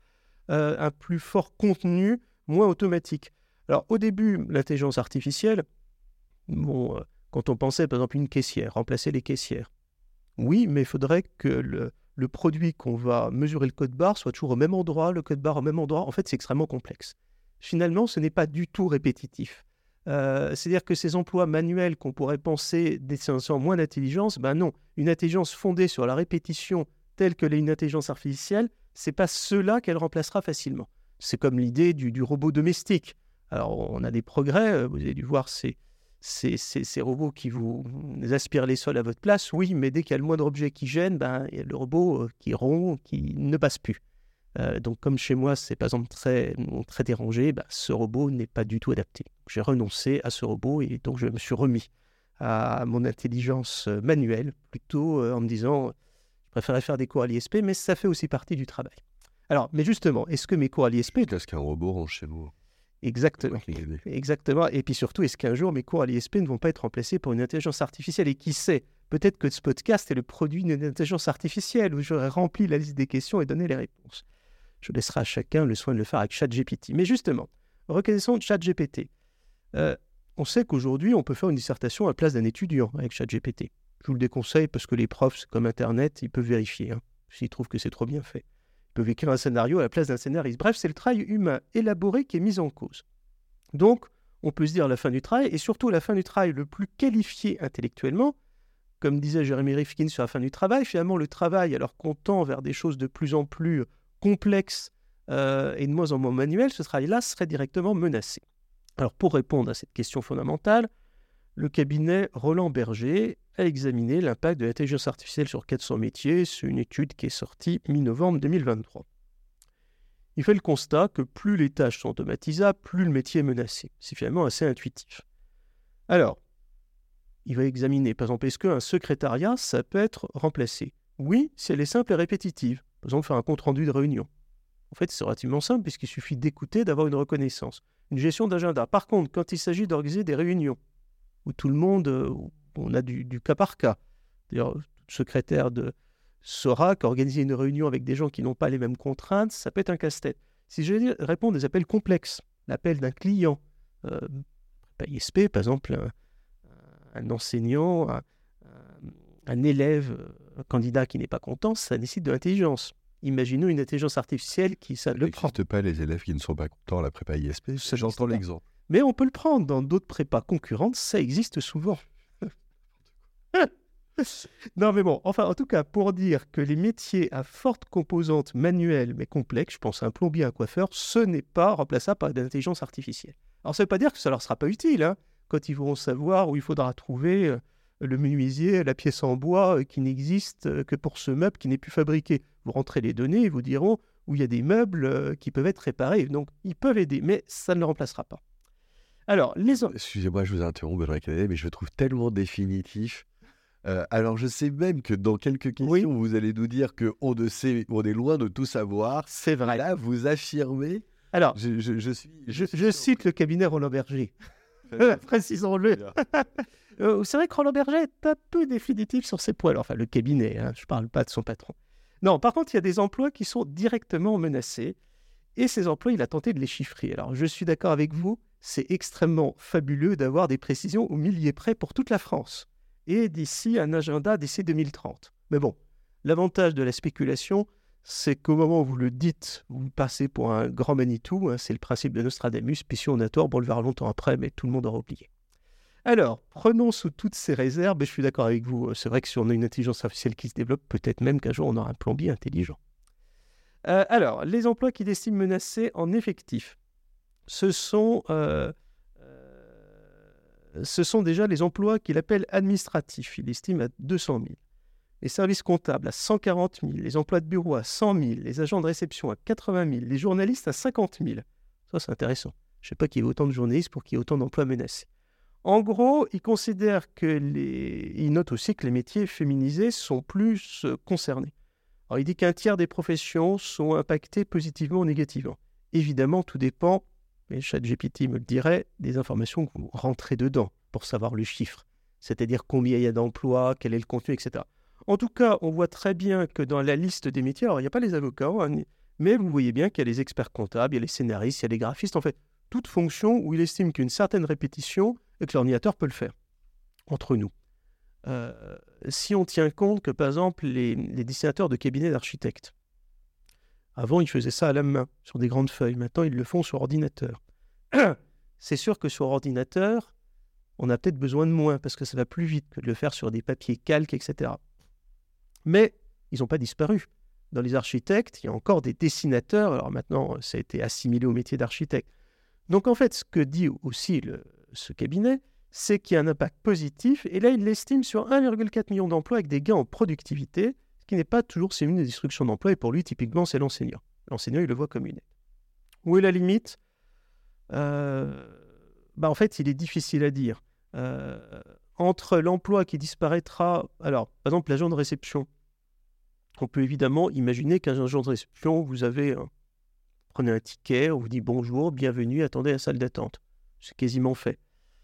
Speaker 2: fort contenu, moins automatique. Alors au début, l'intelligence artificielle, quand on pensait par exemple une caissière, remplacer les caissières, oui, mais il faudrait que le produit qu'on va mesurer le code barre soit toujours au même endroit, le code barre au même endroit. En fait, c'est extrêmement complexe. Finalement, ce n'est pas du tout répétitif. C'est-à-dire que ces emplois manuels qu'on pourrait penser détient moins d'intelligence, non. Une intelligence fondée sur la répétition telle que l'est une intelligence artificielle, c'est pas cela qu'elle remplacera facilement. C'est comme l'idée du robot domestique. Alors, on a des progrès, vous avez dû voir ces robots qui vous aspirent les sols à votre place, oui, mais dès qu'il y a le moindre objet qui gêne, il y a le robot qui rompt, qui ne passe plus. Donc comme chez moi, c'est par exemple très, très dérangé, ce robot n'est pas du tout adapté. J'ai renoncé à ce robot et donc je me suis remis à mon intelligence manuelle, plutôt en me disant, je préférais faire des cours à l'ISP, mais ça fait aussi partie du travail. Alors, mais justement, est-ce que mes cours à l'ISP...
Speaker 1: Qu'est-ce qu'un robot range chez vous ?
Speaker 2: Exactement. Exactement. Et puis surtout, est-ce qu'un jour, mes cours à l'ISP ne vont pas être remplacés par une intelligence artificielle ? Et qui sait, peut-être que ce podcast est le produit d'une intelligence artificielle où j'aurais rempli la liste des questions et donné les réponses. Je laisserai à chacun le soin de le faire avec ChatGPT. Mais justement, reconnaissons ChatGPT. On sait qu'aujourd'hui, on peut faire une dissertation à la place d'un étudiant avec ChatGPT. Je vous le déconseille parce que les profs, c'est comme Internet, ils peuvent vérifier, s'ils trouvent que c'est trop bien fait. Ils peuvent écrire un scénario à la place d'un scénariste. Bref, c'est le travail humain élaboré qui est mis en cause. Donc, on peut se dire à la fin du travail, et surtout à la fin du travail le plus qualifié intellectuellement, comme disait Jeremy Rifkin sur la fin du travail, finalement le travail, alors qu'on tend vers des choses de plus en plus complexes et de moins en moins manuelles, ce travail-là serait directement menacé. Alors pour répondre à cette question fondamentale, le cabinet Roland Berger a examiné l'impact de l'intelligence artificielle sur 400 métiers. C'est une étude qui est sortie mi-novembre 2023. Il fait le constat que plus les tâches sont automatisables, plus le métier est menacé. C'est finalement assez intuitif. Alors, il va examiner, par exemple, est-ce qu'un secrétariat, ça peut être remplacé ? Oui, si elle est simple et répétitive. Par exemple, faire un compte-rendu de réunion. En fait, c'est relativement simple puisqu'il suffit d'écouter, d'avoir une reconnaissance. Une gestion d'agenda. Par contre, quand il s'agit d'organiser des réunions, où tout le monde, on a du cas par cas. D'ailleurs, le secrétaire saura qu'organiser une réunion avec des gens qui n'ont pas les mêmes contraintes, ça peut être un casse-tête. Si je veux répondre à des appels complexes, l'appel d'un client, ISP, par exemple, un enseignant, un élève, un candidat qui n'est pas content, ça nécessite de l'intelligence. Imaginons une intelligence artificielle qui ça le prend.
Speaker 1: Il n'existe pas les élèves qui ne sont pas contents à la prépa ISP, j'entends l'exemple.
Speaker 2: Mais on peut le prendre dans d'autres prépas concurrentes, ça existe souvent. Non mais bon, enfin en tout cas, pour dire que les métiers à forte composante manuelle mais complexes, je pense à un plombier, un coiffeur, ce n'est pas remplaçable par l'intelligence artificielle. Alors ça ne veut pas dire que ça leur sera pas utile, quand ils vont savoir où il faudra trouver le menuisier, la pièce en bois qui n'existe que pour ce meuble qui n'est plus fabriqué. Vous rentrez les données, ils vous diront où il y a des meubles qui peuvent être réparés. Donc ils peuvent aider, mais ça ne le remplacera pas. Alors,
Speaker 1: Excusez-moi, je vous interromps, Benoît Calédé, mais je le trouve tellement définitif. Alors, je sais même que dans quelques questions, vous allez nous dire qu'on est loin de tout savoir.
Speaker 2: C'est vrai.
Speaker 1: Là, vous affirmez
Speaker 2: Alors,
Speaker 1: je
Speaker 2: cite le cabinet Roland Berger. Précisons-le. C'est vrai que Roland Berger est un peu définitif sur ses points. Enfin, le cabinet, je ne parle pas de son patron. Non, par contre, il y a des emplois qui sont directement menacés. Et ces emplois, il a tenté de les chiffrer. Alors, je suis d'accord avec vous, c'est extrêmement fabuleux d'avoir des précisions au millier près pour toute la France. Et d'ici un agenda d'ici 2030. Mais bon, l'avantage de la spéculation, c'est qu'au moment où vous le dites, vous passez pour un grand Manitou. C'est le principe de Nostradamus. Puis si on a tort, on le verra longtemps après, mais tout le monde aura oublié. Alors, prenons sous toutes ces réserves, et je suis d'accord avec vous, c'est vrai que si on a une intelligence artificielle qui se développe, peut-être même qu'un jour on aura un plombier intelligent. Alors, les emplois qu'il estime menacés en effectif, ce sont déjà les emplois qu'il appelle administratifs. Il estime à 200 000. Les services comptables à 140 000, les emplois de bureau à 100 000, les agents de réception à 80 000, les journalistes à 50 000. Ça, c'est intéressant. Je ne sais pas qu'il y ait autant de journalistes pour qu'il y ait autant d'emplois menacés. En gros, il considère il note aussi que les métiers féminisés sont plus concernés. Alors, il dit qu'un tiers des professions sont impactées positivement ou négativement. Évidemment, tout dépend, et ChatGPT me le dirait, des informations que vous rentrez dedans pour savoir le chiffre. C'est-à-dire combien il y a d'emplois, quel est le contenu, etc. En tout cas, on voit très bien que dans la liste des métiers, alors il n'y a pas les avocats, mais vous voyez bien qu'il y a les experts comptables, il y a les scénaristes, il y a les graphistes, en fait, toute fonction où il estime qu'une certaine répétition et que l'ordinateur peut le faire, entre nous. Si on tient compte que, par exemple, les dessinateurs de cabinets d'architectes, avant, ils faisaient ça à la main, sur des grandes feuilles. Maintenant, ils le font sur ordinateur. C'est sûr que sur ordinateur, on a peut-être besoin de moins, parce que ça va plus vite que de le faire sur des papiers calques, etc. Mais ils n'ont pas disparu. Dans les architectes, il y a encore des dessinateurs. Alors maintenant, ça a été assimilé au métier d'architecte. Donc en fait, ce que dit aussi ce cabinet, c'est qu'il y a un impact positif. Et là, il l'estime sur 1,4 million d'emplois avec des gains en productivité, ce qui n'est pas toujours synonyme de destruction d'emplois. Et pour lui, typiquement, c'est l'enseignant. L'enseignant, il le voit comme une aide. Où est la limite ? En fait, il est difficile à dire. Entre l'emploi qui disparaîtra... Alors, par exemple, l'agent de réception. On peut évidemment imaginer qu'un agent de réception, vous prenez un ticket, on vous dit bonjour, bienvenue, attendez à la salle d'attente. C'est quasiment fait.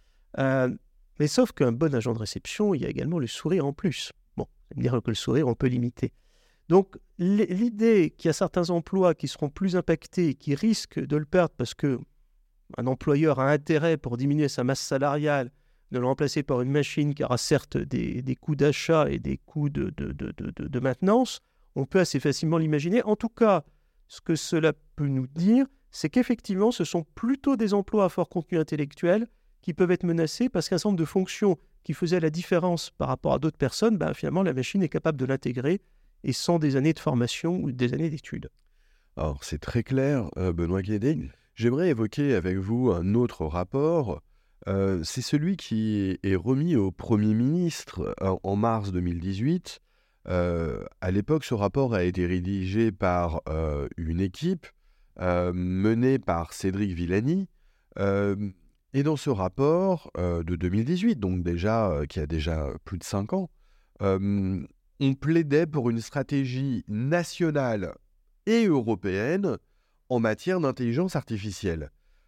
Speaker 2: Mais sauf qu'un bon agent de réception, il y a également le sourire en plus. Bon, vous allez me dire que le sourire, on peut l'imiter. Donc, l'idée qu'il y a certains emplois qui seront plus impactés et qui risquent de le perdre parce qu'un employeur a intérêt pour diminuer sa masse salariale, de le remplacer par une machine qui aura certes des coûts d'achat et des coûts de maintenance, on peut assez facilement l'imaginer. En tout cas, ce que cela peut nous dire, c'est qu'effectivement, ce sont plutôt des emplois à fort contenu intellectuel qui peuvent être menacés parce qu'un certain nombre de fonctions qui faisaient la différence par rapport à d'autres personnes, finalement, la machine est capable de l'intégrer et sans des années de formation ou des années d'études.
Speaker 1: Alors, c'est très clair, Benoît Guédé. J'aimerais évoquer avec vous un autre rapport. C'est celui qui est remis au Premier ministre en mars 2018. À l'époque, ce rapport a été rédigé par une équipe menée par Cédric Villani. Et dans ce rapport de 2018, donc qui a déjà plus de 5 ans, on plaidait pour une stratégie nationale et européenne en matière d'intelligence artificielle.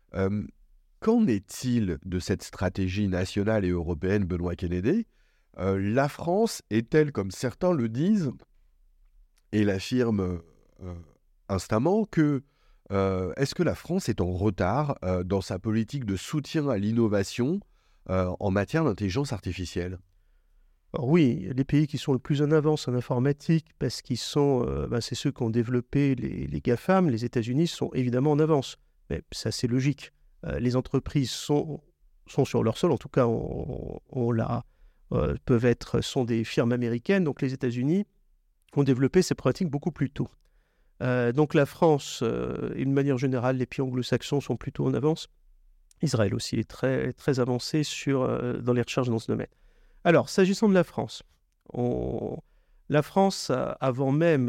Speaker 1: Qu'en est-il de cette stratégie nationale et européenne, Benoît Kennedy ? La France est-elle, comme certains le disent, et l'affirment instamment, est-ce que la France est en retard dans sa politique de soutien à l'innovation en matière d'intelligence artificielle ?
Speaker 2: Alors oui, les pays qui sont le plus en avance en informatique, parce qu'ils sont, c'est ceux qui ont développé les GAFAM, les États-Unis sont évidemment en avance. Mais ça, c'est logique. Les entreprises sont sur leur sol, en tout cas, sont des firmes américaines, donc les États-Unis ont développé ces pratiques beaucoup plus tôt. Donc la France, et de manière générale, les pays anglo-saxons sont plutôt en avance. Israël aussi est très, très avancé dans les recherches dans ce domaine. Alors, s'agissant de la France, la France, avant même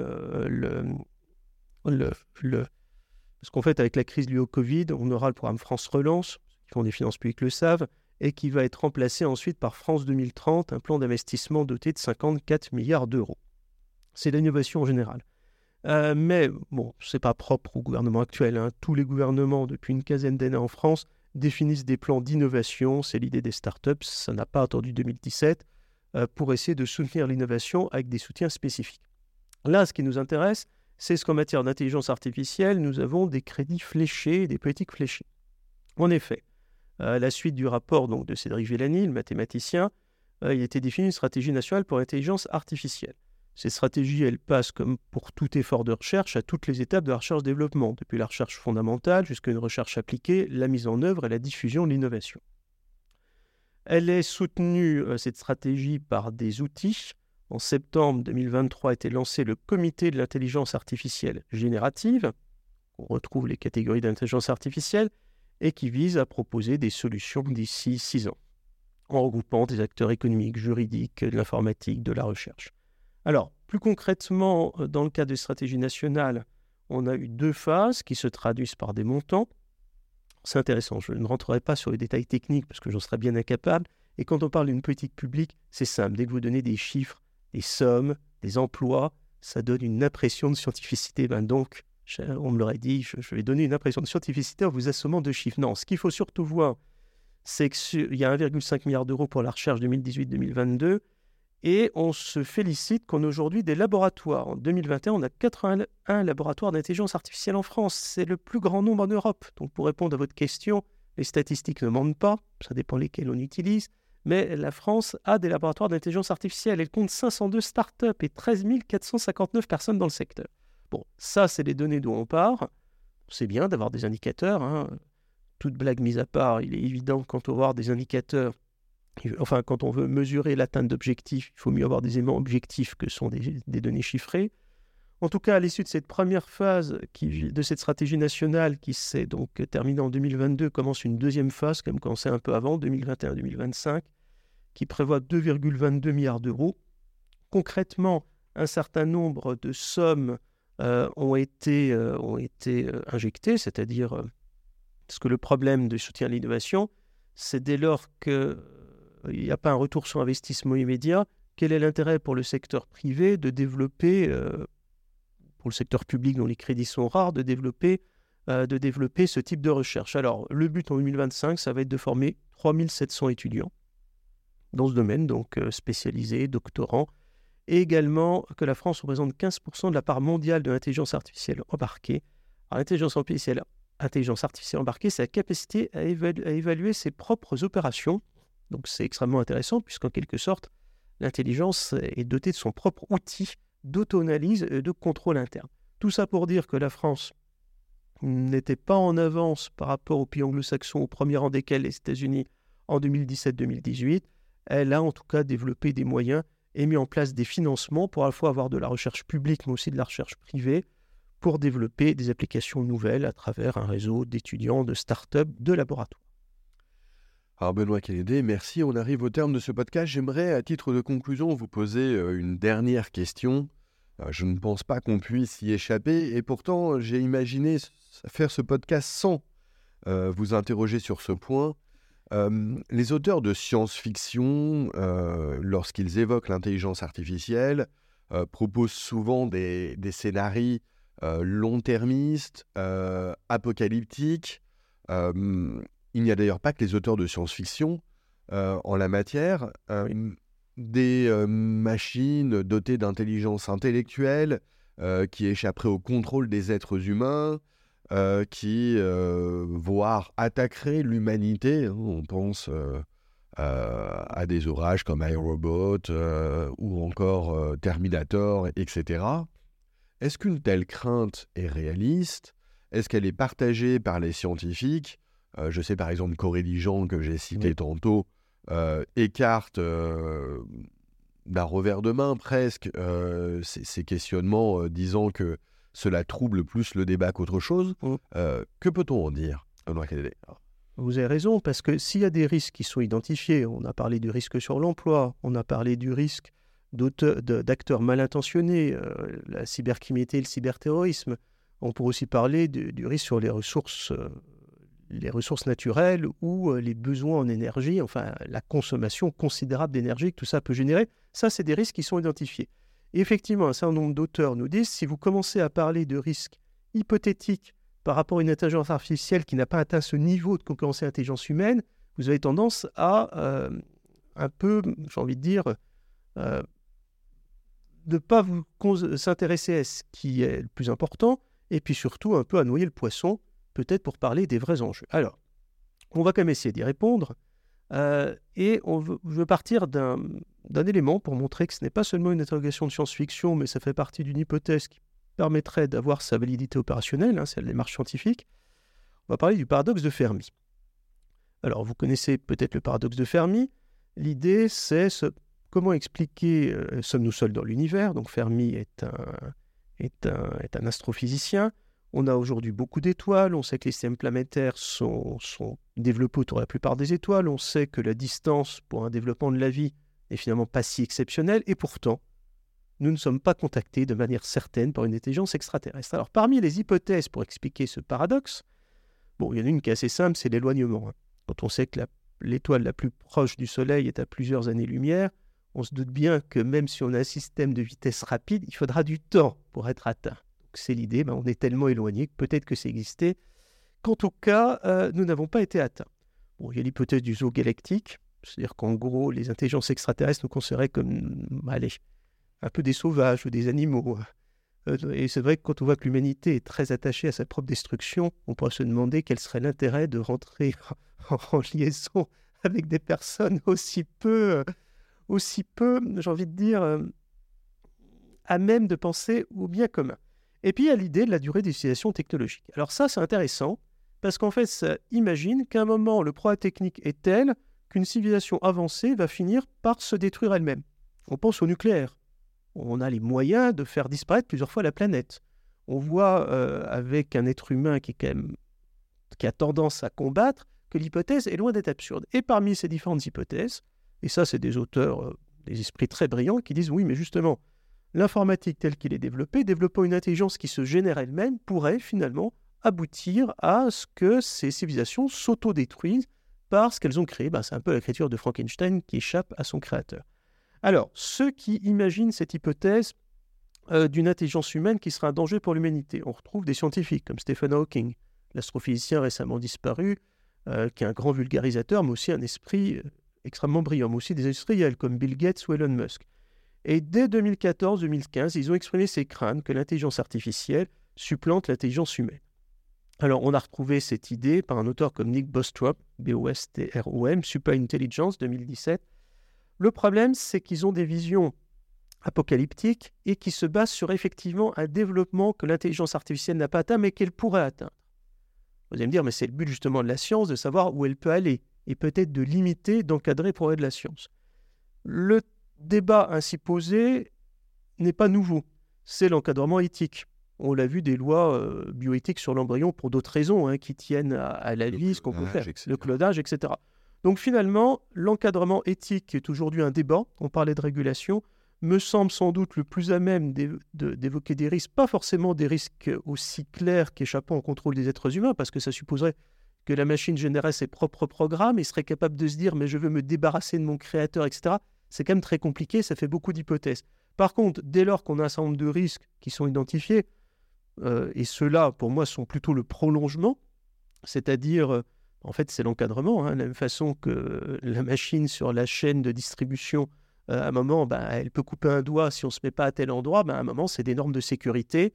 Speaker 2: parce qu'en fait, avec la crise liée au Covid, on aura le programme France Relance, qui font des finances publiques le savent, et qui va être remplacé ensuite par France 2030, un plan d'investissement doté de 54 milliards d'euros. C'est l'innovation en général. Mais bon, ce n'est pas propre au gouvernement actuel, hein. Tous les gouvernements, depuis une quinzaine d'années en France, définissent des plans d'innovation. C'est l'idée des startups, ça n'a pas attendu 2017, pour essayer de soutenir l'innovation avec des soutiens spécifiques. Là, ce qui nous intéresse, c'est ce qu'en matière d'intelligence artificielle, nous avons des crédits fléchés, des politiques fléchées. En effet, à la suite du rapport donc, de Cédric Villani, le mathématicien, il a été défini une stratégie nationale pour l'intelligence artificielle. Cette stratégie, elle passe, comme pour tout effort de recherche, à toutes les étapes de la recherche-développement, depuis la recherche fondamentale jusqu'à une recherche appliquée, la mise en œuvre et la diffusion de l'innovation. Elle est soutenue, cette stratégie, par des outils. En septembre 2023 a été lancé le Comité de l'intelligence artificielle générative. On retrouve les catégories d'intelligence artificielle et qui vise à proposer des solutions d'ici 6 ans, en regroupant des acteurs économiques, juridiques, de l'informatique, de la recherche. Alors, plus concrètement, dans le cadre des stratégies nationales, on a eu 2 phases qui se traduisent par des montants. C'est intéressant, je ne rentrerai pas sur les détails techniques parce que j'en serais bien incapable. Et quand on parle d'une politique publique, c'est simple. Dès que vous donnez des chiffres, des sommes, des emplois, ça donne une impression de scientificité. Donc, on me l'aurait dit, je vais donner une impression de scientificité en vous assommant de chiffres. Non, ce qu'il faut surtout voir, c'est qu'il y a 1,5 milliard d'euros pour la recherche 2018-2022 et on se félicite qu'on a aujourd'hui des laboratoires. En 2021, on a 81 laboratoires d'intelligence artificielle en France. C'est le plus grand nombre en Europe. Donc, pour répondre à votre question, les statistiques ne mentent pas, ça dépend lesquelles on utilise, mais la France a des laboratoires d'intelligence artificielle. Elle compte 502 startups et 13 459 personnes dans le secteur. Bon, ça, c'est les données dont on part. C'est bien d'avoir des indicateurs, hein. Toute blague mise à part, il est évident que quand on veut avoir des indicateurs, enfin, quand on veut mesurer l'atteinte d'objectifs, il faut mieux avoir des éléments objectifs que sont des données chiffrées. En tout cas, à l'issue de cette première phase de cette stratégie nationale qui s'est donc terminée en 2022, commence une deuxième phase, qui a commencé un peu avant, 2021-2025, qui prévoit 2,22 milliards d'euros. Concrètement, un certain nombre de sommes ont été injectées, c'est-à-dire parce que le problème du soutien à l'innovation, c'est dès lors qu'il n'y a pas un retour sur investissement immédiat, quel est l'intérêt pour le secteur privé de développer, pour le secteur public dont les crédits sont rares, de développer ce type de recherche. Alors, le but en 2025, ça va être de former 3700 étudiants dans ce domaine, donc spécialisés, doctorants, et également que la France représente 15% de la part mondiale de l'intelligence artificielle embarquée. Alors, l'intelligence artificielle embarquée, c'est la capacité à évaluer ses propres opérations. Donc c'est extrêmement intéressant puisqu'en quelque sorte, l'intelligence est dotée de son propre outil d'auto-analyse et de contrôle interne. Tout ça pour dire que la France n'était pas en avance par rapport aux pays anglo-saxons, au premier rang desquels les États-Unis en 2017-2018. Elle a en tout cas développé des moyens et mis en place des financements pour à la fois avoir de la recherche publique mais aussi de la recherche privée pour développer des applications nouvelles à travers un réseau d'étudiants, de start-up, de laboratoires.
Speaker 1: Alors Benoît Kennedy, merci. On arrive au terme de ce podcast. J'aimerais, à titre de conclusion, vous poser une dernière question. Je ne pense pas qu'on puisse y échapper. Et pourtant, j'ai imaginé faire ce podcast sans vous interroger sur ce point. Les auteurs de science-fiction, lorsqu'ils évoquent l'intelligence artificielle, proposent souvent des scénarios long-termistes, apocalyptiques. Il n'y a d'ailleurs pas que les auteurs de science-fiction en la matière. Des machines dotées d'intelligence intellectuelle qui échapperaient au contrôle des êtres humains, qui, voire, attaqueraient l'humanité. On pense à des ouvrages comme iRobot ou encore Terminator, etc. Est-ce qu'une telle crainte est réaliste ? Est-ce qu'elle est partagée par les scientifiques ? Je sais par exemple qu'Aurélie Jean, que j'ai cité tantôt, écarte d'un revers de main presque ces questionnements, disant que cela trouble plus le débat qu'autre chose. Que peut-on en dire, Benoît Kennedy ?
Speaker 2: Vous avez raison, parce que s'il y a des risques qui sont identifiés, on a parlé du risque sur l'emploi, on a parlé du risque d'acteurs mal intentionnés, la cybercriminalité et le cyberterrorisme, on pourrait aussi parler du risque sur les ressources naturelles ou les besoins en énergie, enfin la consommation considérable d'énergie que tout ça peut générer. Ça, c'est des risques qui sont identifiés. Et effectivement, un certain nombre d'auteurs nous disent, si vous commencez à parler de risques hypothétiques par rapport à une intelligence artificielle qui n'a pas atteint ce niveau de concurrence à l'intelligence humaine, vous avez tendance à un peu, j'ai envie de dire, ne pas vous s'intéresser à ce qui est le plus important, et puis surtout un peu à noyer le poisson, peut-être pour parler des vrais enjeux. Alors, on va quand même essayer d'y répondre, et je veux partir d'un élément pour montrer que ce n'est pas seulement une interrogation de science-fiction, mais ça fait partie d'une hypothèse qui permettrait d'avoir sa validité opérationnelle, c'est la démarche scientifique. On va parler du paradoxe de Fermi. Alors, vous connaissez peut-être le paradoxe de Fermi. L'idée, c'est comment expliquer sommes-nous seuls dans l'univers. Donc, Fermi est un astrophysicien. On a aujourd'hui beaucoup d'étoiles. On sait que les systèmes planétaires sont développés autour de la plupart des étoiles. On sait que la distance pour un développement de la vie n'est finalement pas si exceptionnelle. Et pourtant, nous ne sommes pas contactés de manière certaine par une intelligence extraterrestre. Alors, parmi les hypothèses pour expliquer ce paradoxe, il y en a une qui est assez simple, c'est l'éloignement. Quand on sait que l'étoile la plus proche du Soleil est à plusieurs années-lumière, on se doute bien que même si on a un système de vitesse rapide, il faudra du temps pour être atteint. Donc, c'est l'idée, on est tellement éloigné que peut-être que c'est existé, qu'en tout cas, nous n'avons pas été atteints. Il y a l'hypothèse du zoo galactique, c'est-à-dire qu'en gros, les intelligences extraterrestres nous considéraient comme, un peu des sauvages ou des animaux. Et c'est vrai que quand on voit que l'humanité est très attachée à sa propre destruction, on pourrait se demander quel serait l'intérêt de rentrer en liaison avec des personnes aussi peu, j'ai envie de dire, à même de penser au bien commun. Et puis il y a l'idée de la durée d'utilisation technologique. Alors ça, c'est intéressant, parce qu'en fait, ça imagine qu'à un moment, le progrès technique est tel qu'une civilisation avancée va finir par se détruire elle-même. On pense au nucléaire. On a les moyens de faire disparaître plusieurs fois la planète. On voit avec un être humain qui a tendance à combattre que l'hypothèse est loin d'être absurde. Et parmi ces différentes hypothèses, et ça c'est des auteurs, des esprits très brillants qui disent oui mais justement, l'informatique telle qu'il est développée, développant une intelligence qui se génère elle-même, pourrait finalement aboutir à ce que ces civilisations s'autodétruisent parce qu'elles ont créé, c'est un peu la créature de Frankenstein qui échappe à son créateur. Alors, ceux qui imaginent cette hypothèse d'une intelligence humaine qui serait un danger pour l'humanité, on retrouve des scientifiques comme Stephen Hawking, l'astrophysicien récemment disparu, qui est un grand vulgarisateur, mais aussi un esprit extrêmement brillant, mais aussi des industriels comme Bill Gates ou Elon Musk. Et dès 2014-2015, ils ont exprimé ces craintes que l'intelligence artificielle supplante l'intelligence humaine. Alors, on a retrouvé cette idée par un auteur comme Nick Bostrom, B-O-S-T-R-O-M, Superintelligence 2017. Le problème, c'est qu'ils ont des visions apocalyptiques et qui se basent sur effectivement un développement que l'intelligence artificielle n'a pas atteint, mais qu'elle pourrait atteindre. Vous allez me dire, mais c'est le but justement de la science, de savoir où elle peut aller, et peut-être de limiter, d'encadrer le progrès de la science. Le débat ainsi posé n'est pas nouveau, c'est l'encadrement éthique. On l'a vu, des lois bioéthiques sur l'embryon pour d'autres raisons qui tiennent à la vie, ce qu'on peut faire, le clonage, etc. Donc finalement, l'encadrement éthique qui est aujourd'hui un débat, on parlait de régulation, me semble sans doute le plus à même d'évoquer des risques, pas forcément des risques aussi clairs qu'échappant au contrôle des êtres humains, parce que ça supposerait que la machine générait ses propres programmes et serait capable de se dire « mais je veux me débarrasser de mon créateur », etc. C'est quand même très compliqué, ça fait beaucoup d'hypothèses. Par contre, dès lors qu'on a un certain nombre de risques qui sont identifiés, et ceux-là, pour moi, sont plutôt le prolongement, c'est-à-dire... En fait, c'est l'encadrement, de la même façon que la machine sur la chaîne de distribution, à un moment, elle peut couper un doigt si on ne se met pas à tel endroit, à un moment, c'est des normes de sécurité,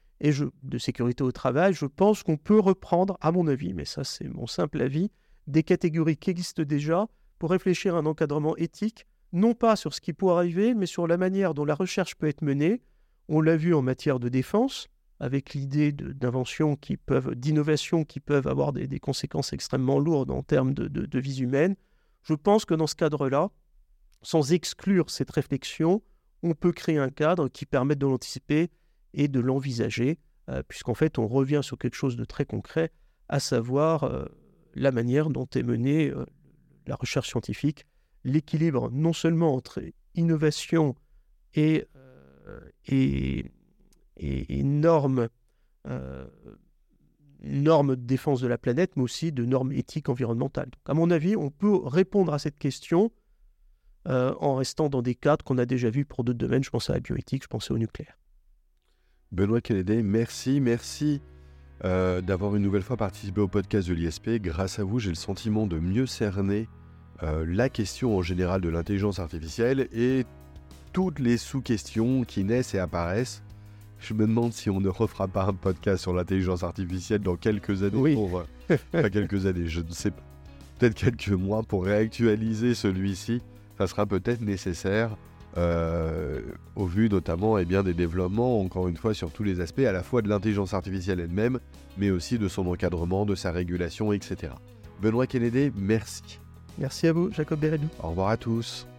Speaker 2: de sécurité au travail. Je pense qu'on peut reprendre, à mon avis, mais ça c'est mon simple avis, des catégories qui existent déjà pour réfléchir à un encadrement éthique, non pas sur ce qui pourrait arriver, mais sur la manière dont la recherche peut être menée. On l'a vu en matière de défense, avec l'idée d'inventions d'innovations qui peuvent avoir des conséquences extrêmement lourdes en termes de vie humaine. Je pense que dans ce cadre-là, sans exclure cette réflexion, on peut créer un cadre qui permette de l'anticiper et de l'envisager, puisqu'en fait, on revient sur quelque chose de très concret, à savoir la manière dont est menée la recherche scientifique, l'équilibre non seulement entre innovation et normes de défense de la planète, mais aussi de normes éthiques environnementales. Donc, à mon avis, on peut répondre à cette question en restant dans des cadres qu'on a déjà vus pour d'autres domaines. Je pense à la bioéthique, je pensais au nucléaire.
Speaker 1: Benoît Kennedy, merci d'avoir une nouvelle fois participé au podcast de l'ISP. Grâce à vous, j'ai le sentiment de mieux cerner la question en général de l'intelligence artificielle et toutes les sous-questions qui naissent et apparaissent. Je me demande si on ne refera pas un podcast sur l'intelligence artificielle dans quelques années.
Speaker 2: Oui.
Speaker 1: Pas quelques années, je ne sais pas. Peut-être quelques mois pour réactualiser celui-ci. Ça sera peut-être nécessaire au vu notamment des développements, encore une fois, sur tous les aspects, à la fois de l'intelligence artificielle elle-même, mais aussi de son encadrement, de sa régulation, etc. Benoît Kennedy, merci.
Speaker 2: Merci à vous, Jacob Bérédou.
Speaker 1: Au revoir à tous.